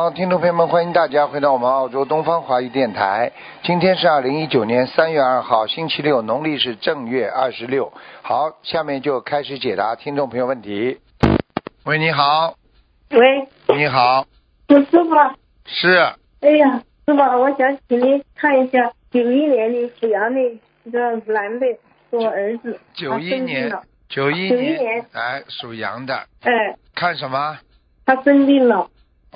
好，听众朋友们，欢迎大家回到我们澳洲东方华语电台。今天是2019年3月2号，星期六，农历是正月26。好，下面就开始解答听众朋友问题。喂，你好。 喂。 你好。 是师傅。 是。 哎呀，师傅，我想请你看一下91年的属羊的一个男的，是我儿子。 91年。91年。哎，属羊的。 哎。 看什么？ 他生病了。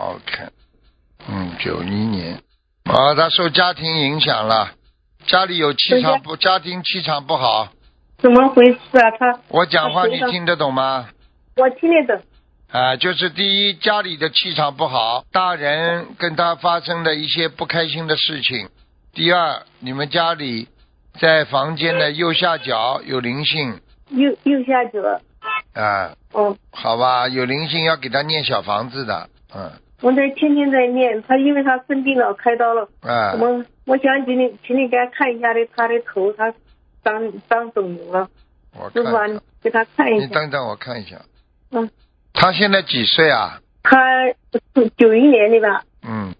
OK。91年。他受家庭影响了，家里有气场不，家庭气场不好。 怎么回事啊？ 我讲话你听得懂吗？ 我听得懂。 就是第一，家里的气场不好，大人跟他发生的一些不开心的事情。第二，你们家里在房间的右下角有灵性。 右下角。 好吧，有灵性要给他念小房子的。 我天天在念，他因为他生病了，开刀了。我想请你给他看一下他的头，他长肿瘤了。师傅，你给他看一下。 你等等，我看一下。他现在几岁啊？ 他是91年的吧。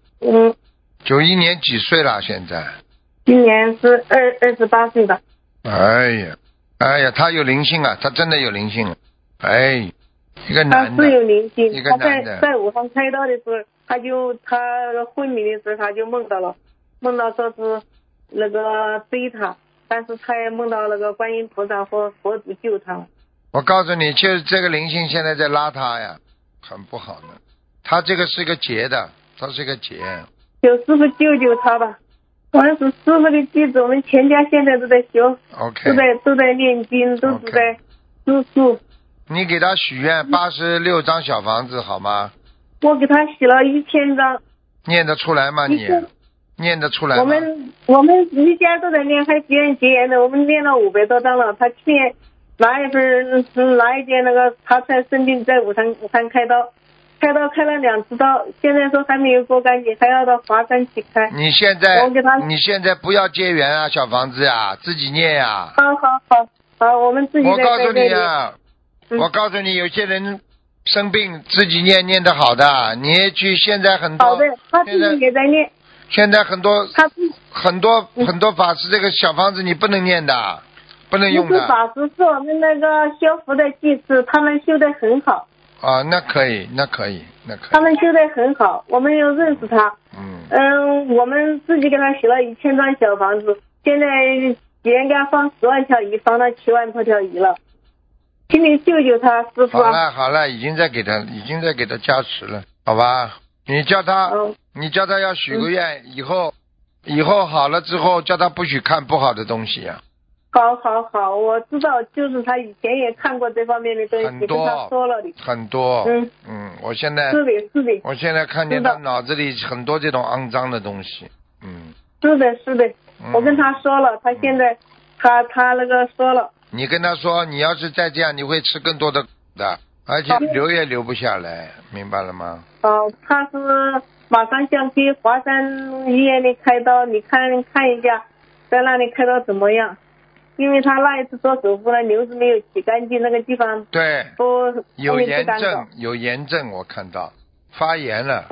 91年几岁了？现在？ 今年是28岁吧。 哎呀，他有灵性啊，他真的有灵性。一个男的。 他是有灵性。 一个男的。 他在武汉开刀的时候，他昏迷的时候他就梦到说是那个追他，但是他也梦到那个观音菩萨和佛祖救他。 我告诉你，就是这个灵性现在在拉他呀，很不好的。他这个是个劫的，他是个劫。 有师傅救救他吧！我是师傅的弟子，我们全家现在都在修。 OK。 都在念经，都是在读书。 你给他许愿86张小房子好吗？ 我给他写了1000张。 念得出来吗你？念得出来吗？ 我们一家都在念，还结缘的，我们念了500多张了。他去年哪一份哪一件那个他才生病，在武汉开刀开了2次刀，现在说还没有过干净，还要到华山去开。你现在不要结缘啊，小房子啊，自己念呀。 好，我们自己在我告诉你啊，我告诉你，有些人生病自己念得好的，你去现在很多。 好的，他自己也在念。 现在很多法师这个小房子你不能念的，不能用的。 不是法师，是我们那个修福的祭司，他们修得很好。 那可以。 他们修得很好，我们又认识他。我们自己给他写了1000张小房子，现在应该放10万条鱼，放到7万多条鱼了。请你救救他，师傅。 好了，已经在给他加持了，好吧？你叫他要许个愿，以后好了之后，叫他不许看不好的东西啊。 好，我知道，就是他以前也看过这方面的东西， 很多， 跟他说了的。 很多。我现在是的。 我现在看见他脑子里很多这种肮脏的东西。 是的。我跟他说了，他现在他那个说了。 你跟他说，你要是再这样，你会吃更多的，而且留也留不下来，明白了吗？ 他是马上想去华山医院里开刀，你看一下，在那里开刀怎么样？因为他那一次做手术呢，瘤子没有洗干净，那个地方对有炎症，我看到发炎了。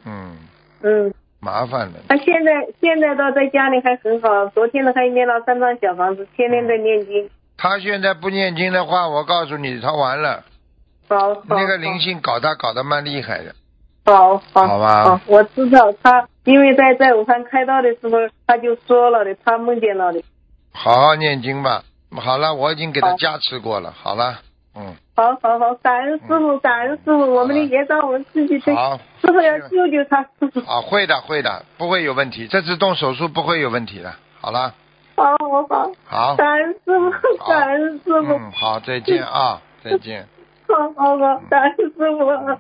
麻烦了。 他现在倒在家里还很好，昨天还念了3张小房子，天天在念经。他现在不念经的话，我告诉你，他完了。那个灵性搞得蛮厉害的。好吧。 我知道他，因为在武汉开刀的时候，他就说了的，他梦见了的。好好念经吧。好了，我已经给他加持过了。好了。 好，感恩师傅，我们的业障我们自己背。 好， 师傅要救他。 会的，不会有问题，这次动手术不会有问题的。好了。好，感恩师傅，好，再见啊，再见。 好，感恩师傅。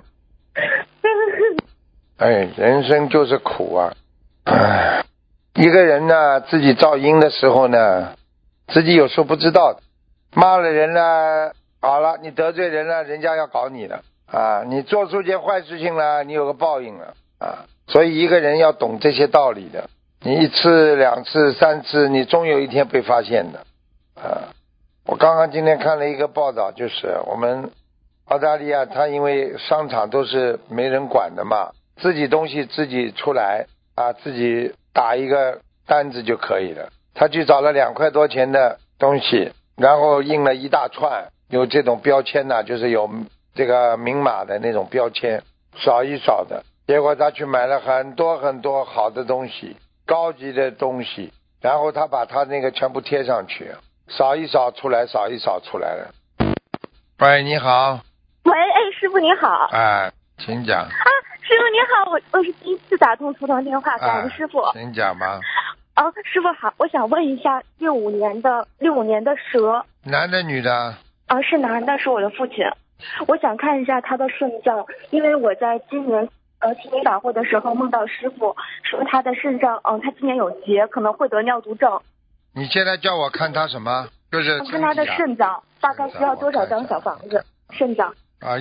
人生就是苦啊。一个人呢，自己造因的时候呢，自己有时候不知道，骂了人了，好了，你得罪人了，人家要搞你了你做出件坏事情了，你有个报应了所以一个人要懂这些道理的，你1次2次3次，你终有一天被发现的我刚刚今天看了一个报道，就是我们澳大利亚，它因为商场都是没人管的嘛， 自己东西自己出来啊，自己打一个单子就可以了。他去找了2块多钱的东西，然后印了一大串，有这种标签呢，就是有这个明码的那种标签，扫一扫的。结果他去买了很多很多好的东西，高级的东西，然后他把他那个全部贴上去，扫一扫出来，扫一扫出来了。喂，你好。 喂，师傅你好。 请讲。 师傅你好，我是第一次打通图腾电话，感恩师傅。 请讲吧。 师傅好，我想问一下65年的蛇。 男的女的？ 是男的，是我的父亲。我想看一下他的肾脏，因为我在今年提名法会的时候梦到师傅说他的肾脏，他今年有结，可能会得尿毒症。 你现在叫我看他什么？就是看他的肾脏，大概需要多少张小房子？肾脏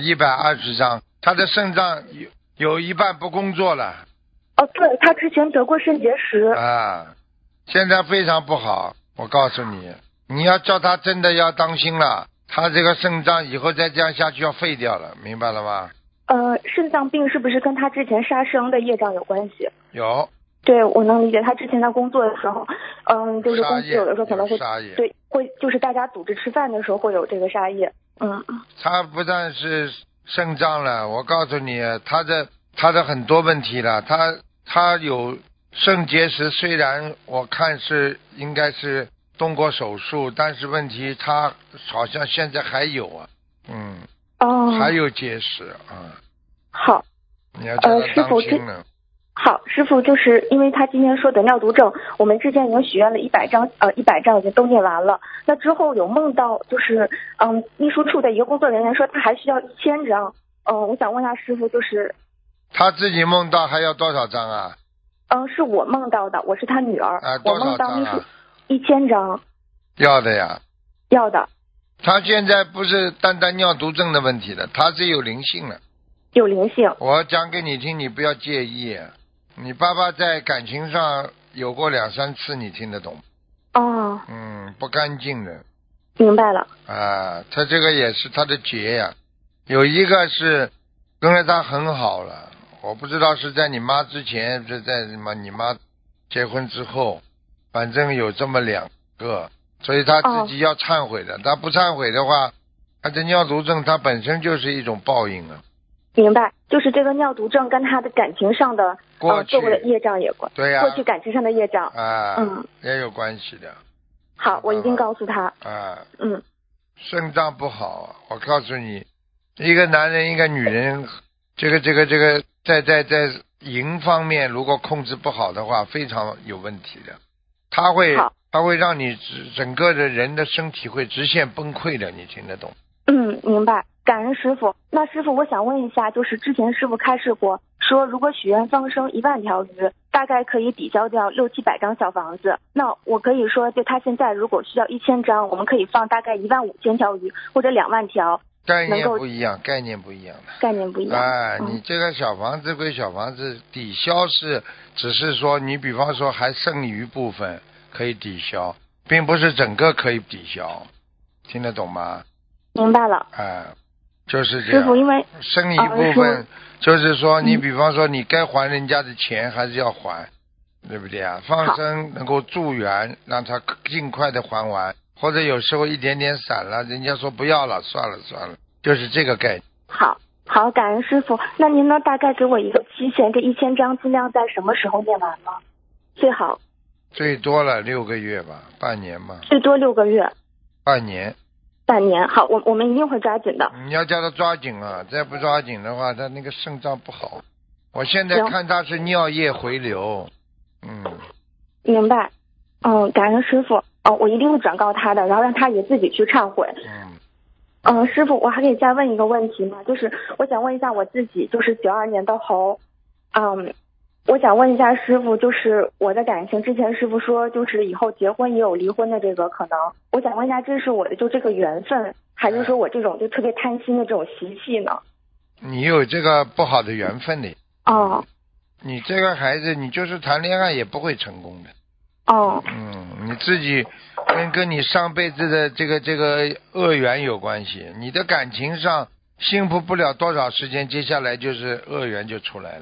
120张。他的肾脏有一半不工作了。 对，他之前得过肾结石。 现在非常不好。我告诉你，你要叫他真的要当心了，他这个肾脏以后再这样下去要废掉了，明白了吗？ 肾脏病是不是跟他之前杀生的业障有关系？ 有。 对，我能理解。他之前在工作的时候，就是公司有的时候可能会杀业， 对，会就是大家组织吃饭的时候会有这个杀业。 他不但是肾脏了，我告诉你，他的很多问题了。他有肾结石，虽然我看是应该是动过手术，但是问题他好像现在还有啊。还有结石啊。 好。 你要叫他当心了。 好，师傅，就是因为他今天说得尿毒症，我们之前已经许愿了100张，100张已经都念完了。那之后有梦到，就是秘书处的一个工作人员说他还需要1000张。我想问一下师傅，就是他自己梦到还要多少张啊？ 是我梦到的，我是他女儿。 多少张啊？ 我梦到1000张。 要的呀。 要的。 他现在不是单单尿毒症的问题了，他是有灵性了。 有灵性。 我讲给你听，你不要介意。你爸爸在感情上有过2、3次，你听得懂？不干净的。 明白了。 他这个也是他的劫呀。有一个是跟了他很好了，我不知道是在你妈之前，是在你妈结婚之后，反正有这么2个，所以他自己要忏悔的。他不忏悔的话，他这尿毒症它本身就是一种报应啊。 明白，就是这个尿毒症跟他的感情上的做过的业障也关。 对呀。 过去感情上的业障。 也有关系的。 好，我一定告诉他。 肾脏不好，我告诉你，一个男人一个女人，这个在淫方面如果控制不好的话，非常有问题的。他会让你整个的人的身体会直线崩溃的，你听得懂？ 明白。感恩师傅。那师傅，我想问一下，就是之前师傅开示过，说如果许愿放生10000条鱼，大概可以抵消掉6、700张小房子。那我可以说，就他现在如果需要1000张，我们可以放大概15000条鱼，或者2万条。 概念不一样，概念不一样的。 概念不一样。 你这个小房子归小房子，抵消是只是说你比方说还剩余部分可以抵消，并不是整个可以抵消，听得懂吗？ 明白了。 就是这样。 师傅，因为剩余部分就是说你比方说你该还人家的钱还是要还，对不对啊？放生能够助缘，让他尽快的还完，或者有时候一点点散了，人家说不要了，算了，就是这个概念。 好，感恩师傅。那您呢，大概给我一个期限，这1000张尽量在什么时候念完呢？最好最多了6个月吧，半年吧。 最多6个月。 半年。 好，我们一定会抓紧的。 你要叫他抓紧啊，再不抓紧的话，他那个肾脏不好。我现在看他是尿液回流。 明白。感恩师傅。我一定会转告他的，然后让他也自己去忏悔。师傅，我还可以再问一个问题吗？就是我想问一下我自己，就是92年的猴。我想问一下师傅，就是我的感情，之前师傅说就是以后结婚也有离婚的这个可能，我想问一下，这是我的就这个缘分，还是说我这种就特别贪心的这种习气呢？你有这个不好的缘分的。你这个孩子，你就是谈恋爱也不会成功的。你自己跟你上辈子的这个恶缘有关系，你的感情上幸福不了多少时间，接下来就是恶缘就出来了。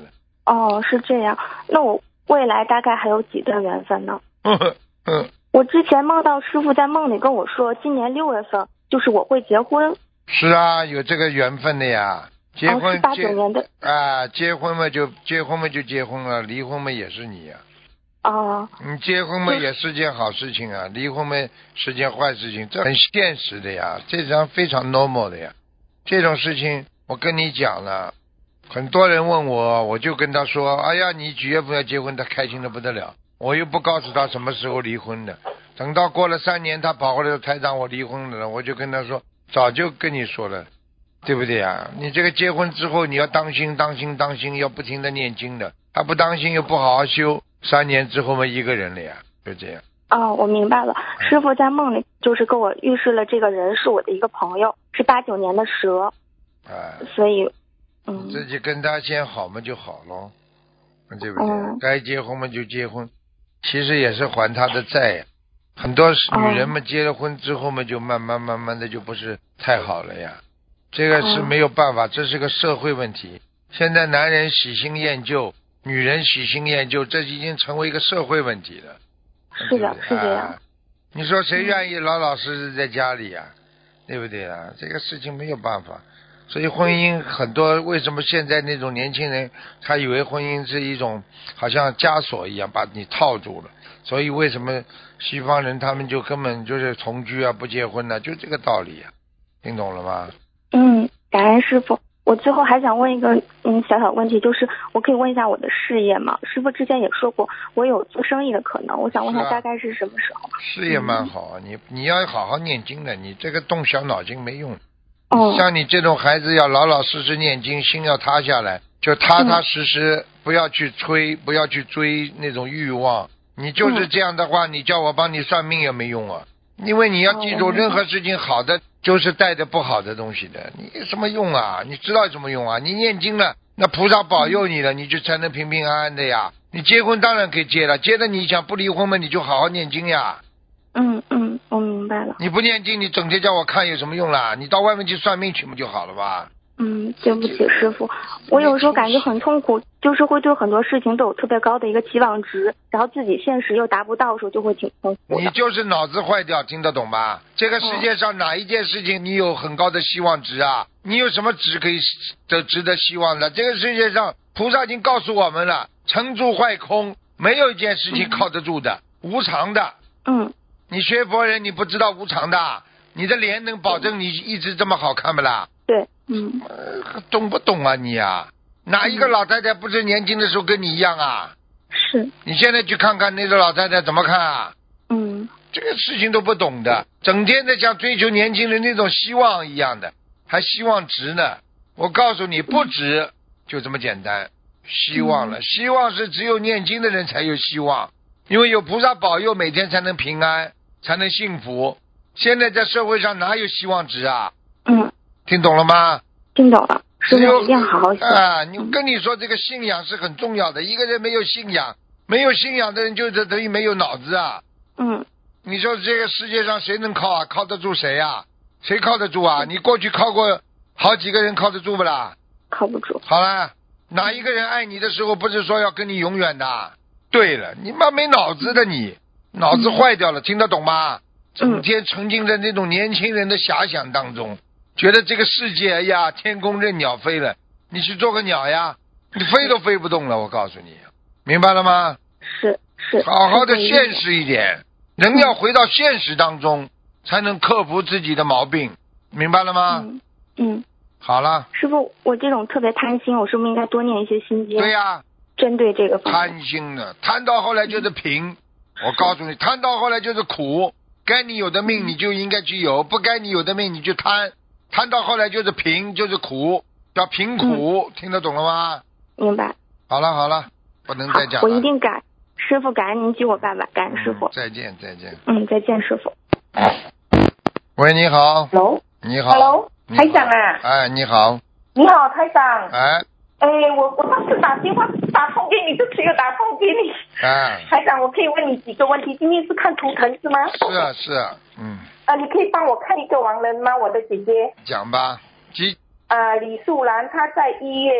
哦，是这样。那我未来大概还有几段缘分呢？我之前梦到师傅在梦里跟我说，今年6月份就是我会结婚。 是啊，有这个缘分的呀。结婚是89年的啊，结婚嘛就结婚了，离婚嘛也是你呀。你结婚嘛也是件好事情啊，离婚嘛是件坏事情，这很现实的呀，这张非常 normal 的呀。这种事情我跟你讲了，很多人问我，我就跟他说，哎呀，你几月份要结婚，他开心的不得了。我又不告诉他什么时候离婚的，等到过了3年，他跑过来说台长我离婚了，我就跟他说早就跟你说了，对不对呀？你这个结婚之后你要当心，要不停的念经的，他不当心又不好好修，3年之后嘛一个人了呀，就这样。 我明白了。师傅在梦里就是跟我预示了这个人是我的一个朋友，是89年的蛇。所以自己跟他先好嘛就好咯，对不对？该结婚嘛就结婚，其实也是还他的债呀。很多女人们结了婚之后嘛，就慢慢的就不是太好了呀。这个是没有办法，这是个社会问题。现在男人喜新厌旧，女人喜新厌旧，这已经成为一个社会问题了。 是的，是这样。 你说谁愿意老老实实在家里呀？对不对啊？这个事情没有办法。所以婚姻很多，为什么现在那种年轻人他以为婚姻是一种好像枷锁一样把你套住了，所以为什么西方人他们就根本就是同居啊不结婚呢？就这个道理啊，听懂了吗？ 感恩师傅。我最后还想问一个小问题，就是我可以问一下我的事业吗？师傅之前也说过我有做生意的可能，我想问一下大概是什么时候？ 事业蛮好啊，你要好好念经的，你这个动小脑筋没用。像你这种孩子要老老实实念经，心要塌下来，就踏踏实实，不要去不要去追那种欲望。你就是这样的话，你叫我帮你算命也没用啊，因为你要记住，任何事情好的就是带着不好的东西的，你有什么用啊？你知道有什么用啊？你念经了，那菩萨保佑你了，你就才能平平安安的呀。你结婚当然可以结了，结了你想不离婚嘛，你就好好念经呀。 我明白了。 你不念经，你整天叫我看有什么用啦？你到外面去算命去不就好了吧？ 对不起师傅，我有时候感觉很痛苦，就是会对很多事情都有特别高的一个期望值，然后自己现实又达不到的时候就会挺痛苦的。 你就是脑子坏掉，听得懂吧？这个世界上哪一件事情你有很高的希望值啊？你有什么值可以值得希望的？这个世界上菩萨已经告诉我们了，成住坏空，没有一件事情靠得住的，无常的。你学佛人你不知道无常的，你的脸能保证你一直这么好看不啦？ 对。 懂不懂啊你啊？哪一个老太太不是年轻的时候跟你一样啊？ 是。 你现在去看看那个老太太怎么看啊？这个事情都不懂的，整天的像追求年轻人那种希望一样的，还希望值呢。我告诉你不值，就这么简单。希望了，希望是只有念经的人才有希望，因为有菩萨保佑，每天才能平安，才能幸福。现在在社会上哪有希望值啊？听懂了吗？ 听懂了，师傅一定好好你跟你说这个信仰是很重要的，一个人没有信仰，没有信仰的人就是等于没有脑子啊。你说这个世界上谁能靠啊？靠得住谁啊？谁靠得住啊？你过去靠过好几个人，靠得住不啦？ 靠不住。 好了，哪一个人爱你的时候不是说要跟你永远的？对了，你妈没脑子的你，脑子坏掉了，听得懂吗？整天沉浸在那种年轻人的遐想当中，觉得这个世界哎呀天空任鸟飞了，你去做个鸟呀，你飞都飞不动了，我告诉你，明白了吗？ 是。 好好的现实一点，人要回到现实当中，才能克服自己的毛病，明白了吗？好了。 师傅，我这种特别贪心，我是不是应该多念一些心经？ 对呀。 针对这个方面。 贪心呢，贪到后来就是贫。我告诉你，贪到后来就是苦。该你有的命你就应该去有，不该你有的命你就贪，贪到后来就是贫，就是苦，叫贫苦。听得懂了吗？ 明白。 好了，不能再讲了。 我一定改。师傅，感恩您救我爸爸，感恩师傅。 再见。 再见师傅。 喂，你好。 Hello。 你好。 Hello， 台长啊。 你好。 你好，台长。我上次打电话打通给你，这次又打通给你。台长，我可以问你几个问题？今天是看图腾是吗？ 是啊。 你可以帮我看一个亡人吗？我的姐姐。 讲吧。 李素兰，她在1月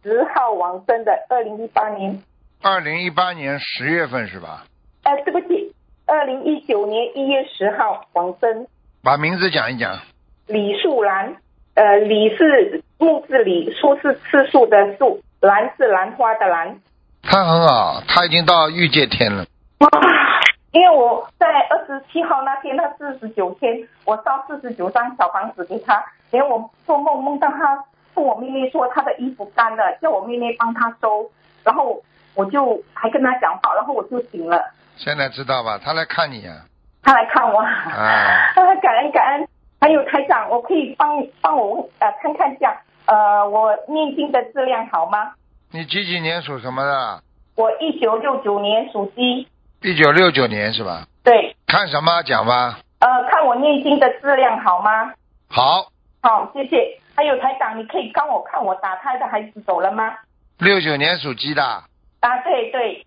10号往生的，2018年。 2018年10月份是吧？ 对不起，2019年1月10号往生。 把名字讲一讲。 李树兰，李是木字李，树是次数的树，兰是兰花的兰。 他很好，他已经到御界天了。 哇！因为我在27号那天，他49天，我烧49张小房子给他，连我做梦到他跟我妹妹说他的衣服干了，叫我妹妹帮他收，然后我就还跟他讲话，然后我就醒了。 现在知道吧？他来看你啊。 他来看我。感恩。还有台长，我可以帮我看看一下，我念经的质量好吗？ 你几年属什么的？ 我1969年属鸡。 1969年是吧？ 对。 看什么讲吧？ 看我念经的质量好吗？ 好。 好，谢谢。还有台长，你可以帮我看我打胎的孩子走了吗 ？69年属鸡的。 对。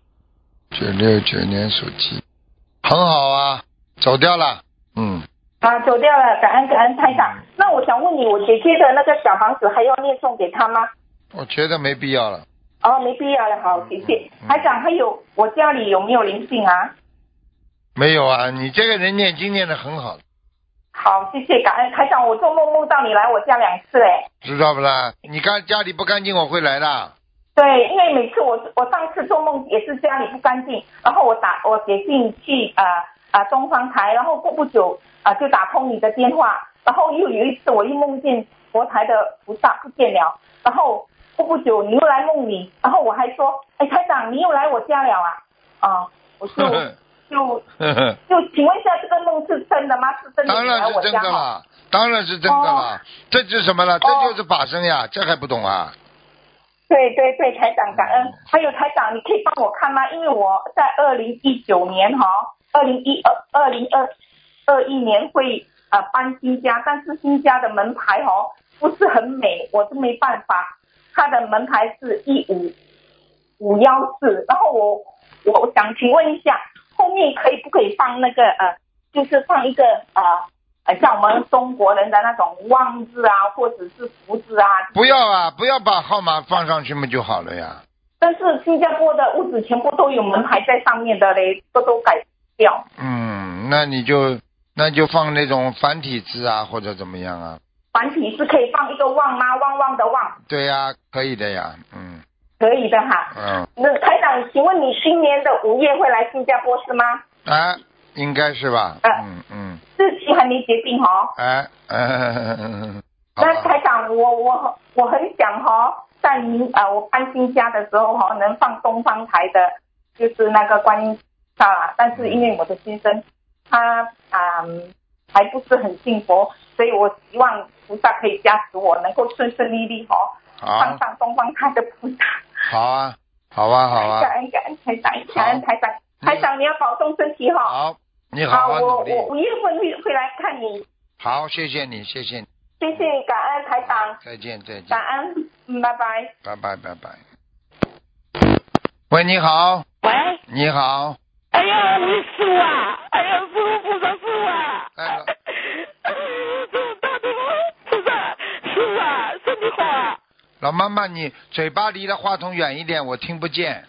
969年属鸡，很好啊，走掉了。 走掉了，感恩台长。那我想问你，我姐姐的那个小房子还要念送给她吗？ 我觉得没必要了。 没必要了，好，谢谢。台长，还有我家里有没有灵性啊？ 没有啊，你这个人念经念得很好。 好，谢谢，感恩台长。我做梦到你来我家2次知道不啦？你看家里不干净，我会来的。 对，因为每次我上次做梦也是家里不干净，然后我写信去东方台，然后过不久就打通你的电话，然后又有一次我又梦见佛台的菩萨不见了，然后过不久你又来梦里，然后我还说，台长你又来我家了我就请问一下，这个梦是真的吗？是真的？ 当然是真的了，当然是真的了。这是什么了？这就是法身呀，这还不懂啊？ 对，台长感恩。还有台长，你可以帮我看吗？因为我在2019年2021年会搬新家，但是新家的门牌不是很美，我是没办法。它的门牌是15514，然后我想请问一下，后面不可以放那个就是放一个像我们中国人的那种旺字啊，或者是福字啊。 不要把号码放上去嘛就好了呀。 但是新加坡的屋子全部都有门牌在上面的嘞，都改掉。 那就放那种繁体字啊，或者怎么样啊？ 繁体是可以放一个旺吗？旺旺的旺。 对呀，可以的呀。 可以的哈。那台长，请问你今年的5月会来新加坡是吗？ 应该是吧。 日期还没决定那台长，我很想在我搬新家的时候能放东方台的，就是那个观音菩萨，但是因为我的先生他还不是很信佛，所以我希望菩萨可以加持我能够顺顺利利放上东方台的菩萨。 好啊。 感恩台长，感恩台长。台长你要保重身体好，你好好努力。 我5月份会来看你。 好，谢谢你。 谢谢你，感恩台长。 再见。 感恩，拜拜。 拜。喂，你好。 喂。 你好。 哎呀，师父啊！哎呀，师父菩萨，师父啊！大地菩萨，师父啊，身体好啊！ 老妈妈，你嘴巴离了话筒远一点，我听不见。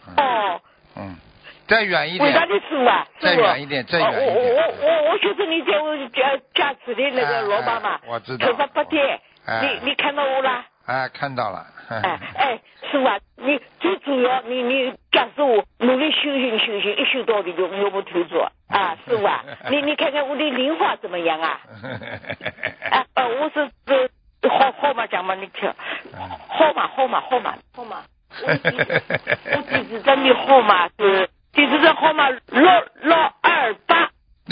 再远一点。 伟大的师父啊！ 再远一点。 我就是你给我加持的那个罗妈妈， 我知道。 头发不甜，你看到我了？ 看到了。 师父啊，你最主要你加持我努力修行，一修到底永不退转师父啊，你看看我的莲花怎么样啊？我是号码讲嘛，你听，号码，我地址证的号码是地址证号码6628。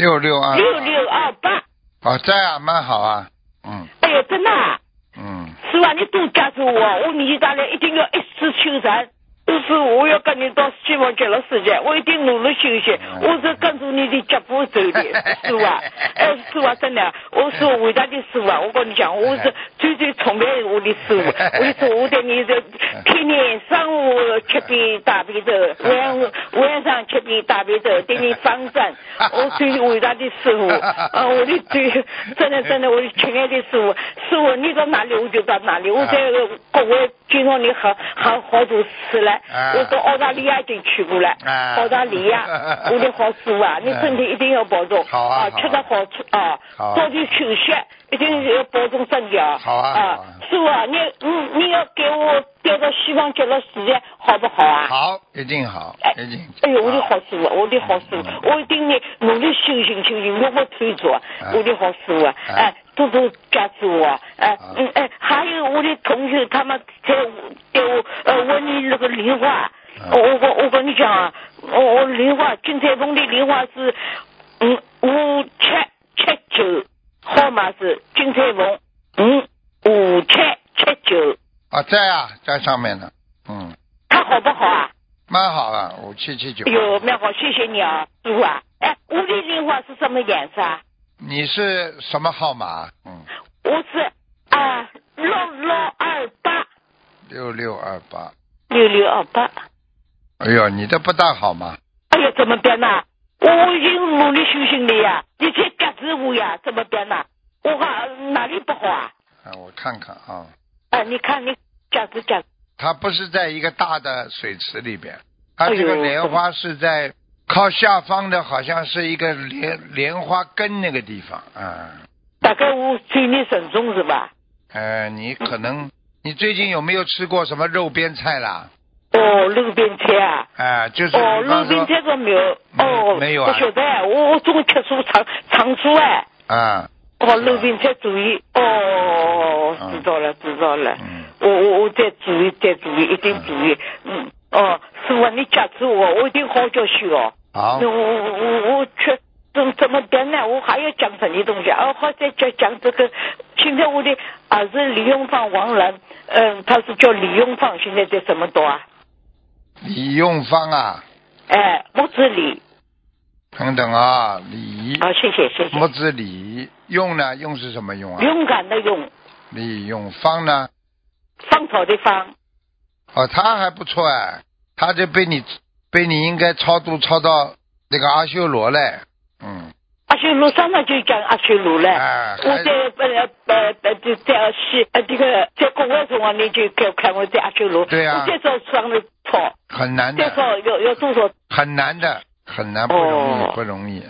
好，在啊，蛮好啊。 哎呦，真的啊。师父啊，你多加持我，我年纪大了一定要一直修禅，我师傅，我要跟你到西方极乐世界，我一定努力修行，我是跟着你的脚步走的，师傅啊，师傅啊，真的，我是伟大的师傅啊，我跟你讲，我是最最崇拜我的师傅，我的师傅，我对你的天天上午7遍大悲咒，晚上7遍大悲咒，对你放生，我最伟大的师傅啊，我的最真的，我的亲爱的师傅，师傅你到哪里我就到哪里，我在国外经常你好多次了，我到澳大利亚已经去过了，澳大利亚，我的好师傅啊，你身体一定要保重，吃得好啊，早点休息，一定要保重身体啊，师傅啊，你要给我调到西方极乐世界好不好啊？ 好，一定好，一定。 哎呦，我的好师傅，我的好师傅，我一定努力修行，如果推着，我的好师傅啊，多多加持我，还有我的同学他们在给我问你那个莲花，我跟你讲啊，我莲花金彩凤的莲花是5779，号码是金彩凤5779。 啊，在上面呢， 他好不好啊？ 蛮好啊，5779。 哟，蛮好，谢谢你啊，师傅啊。我的莲花是什么颜色啊？ 你是什么号码？ 我是6628。6628。 哎呦，你的不大好嘛？ 哎呀，怎么办呢？我已经努力修行了呀，你才加持我呀，怎么办呢？我看哪里不好啊？ 我看看啊。 你看你加持。 它不是在一个大的水池里边，它这个莲花是在靠下方的，好像是一个莲花根那个地方啊。 大概我罪孽深重是吧？ 你可能你最近有没有吃过什么肉边菜啦？ 肉边菜啊？ 就是肉边菜都没有。 没有啊？ 不晓得，我总吃素长素肉边菜注意。知道了。我再注意，一定注意。师傅你加持我一定好教修哦。 好。 我去怎么办呢？我还要讲什么东西？好再讲这个。现在我的儿子李永芳王人，他是叫李永芳，现在在什么岛啊？ 李永芳啊？ 木子李。 等等啊，李。 谢谢。 木子李，用呢？用是什么用啊？ 勇敢的勇。 李永芳呢？ 芳草的芳。 他还不错他这被你应该超度超到那个阿修罗嘞。 阿修罗上面就讲阿修罗了。我在在国外时候你就看我在阿修罗。 对啊。 我再找上的草。 很难的。 再找要多少？ 很难的，不容易。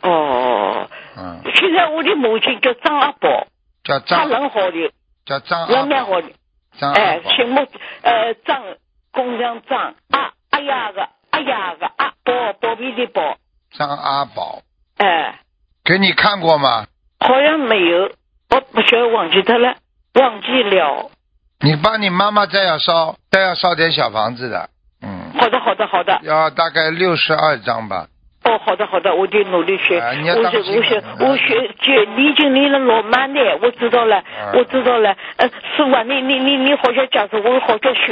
现在我的母亲叫张阿宝。他人好的。 叫张阿宝。 人蛮好的。姓木张公羊张阿呀个宝贝的宝。 张阿宝。给你看过吗？ 好像没有，我不晓得忘记了。 你帮你妈妈再要烧点小房子的。 好的。 要大概62张吧。 好的，我就努力学。我学已经练了老慢的，我知道了。师傅啊，你好像讲说我好像修。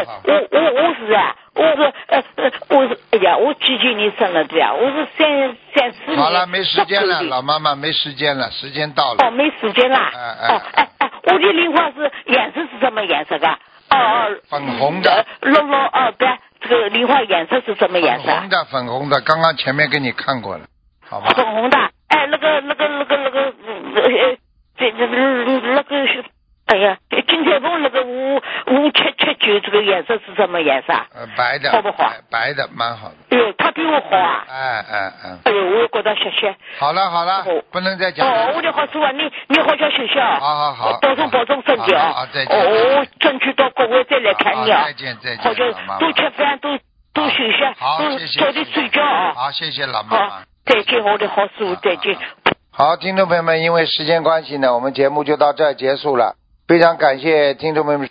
我是哎呀，我几年生了的呀，我是34年。 好了，没时间了，老妈妈没时间了，时间到了。 没时间了。我的莲花是颜色是什么颜色的？ 粉红的。 对。这个莲花颜色是什么颜色？ 粉红的，刚刚前面给你看过了，好吧？ 粉红的，那个是，哎呀，金彩凤那个5779这个颜色是什么颜色？ 白的， 好不好？ 白的，蛮好的。 哎呦，他比我好啊！哎呦，我也觉得谢谢。 好了，不能再讲了。 我的好师傅，你好好休息啊！ 好， 保重身体啊！ 再见。 我争取到国外再来看你啊！ 再见。 好像多吃饭，多休息，早点睡觉啊！ 好，谢谢老妈妈。 再见，我的好师傅，再见。 好，听众朋友们，因为时间关系呢，我们节目就到这儿结束了。非常感谢听众朋友们。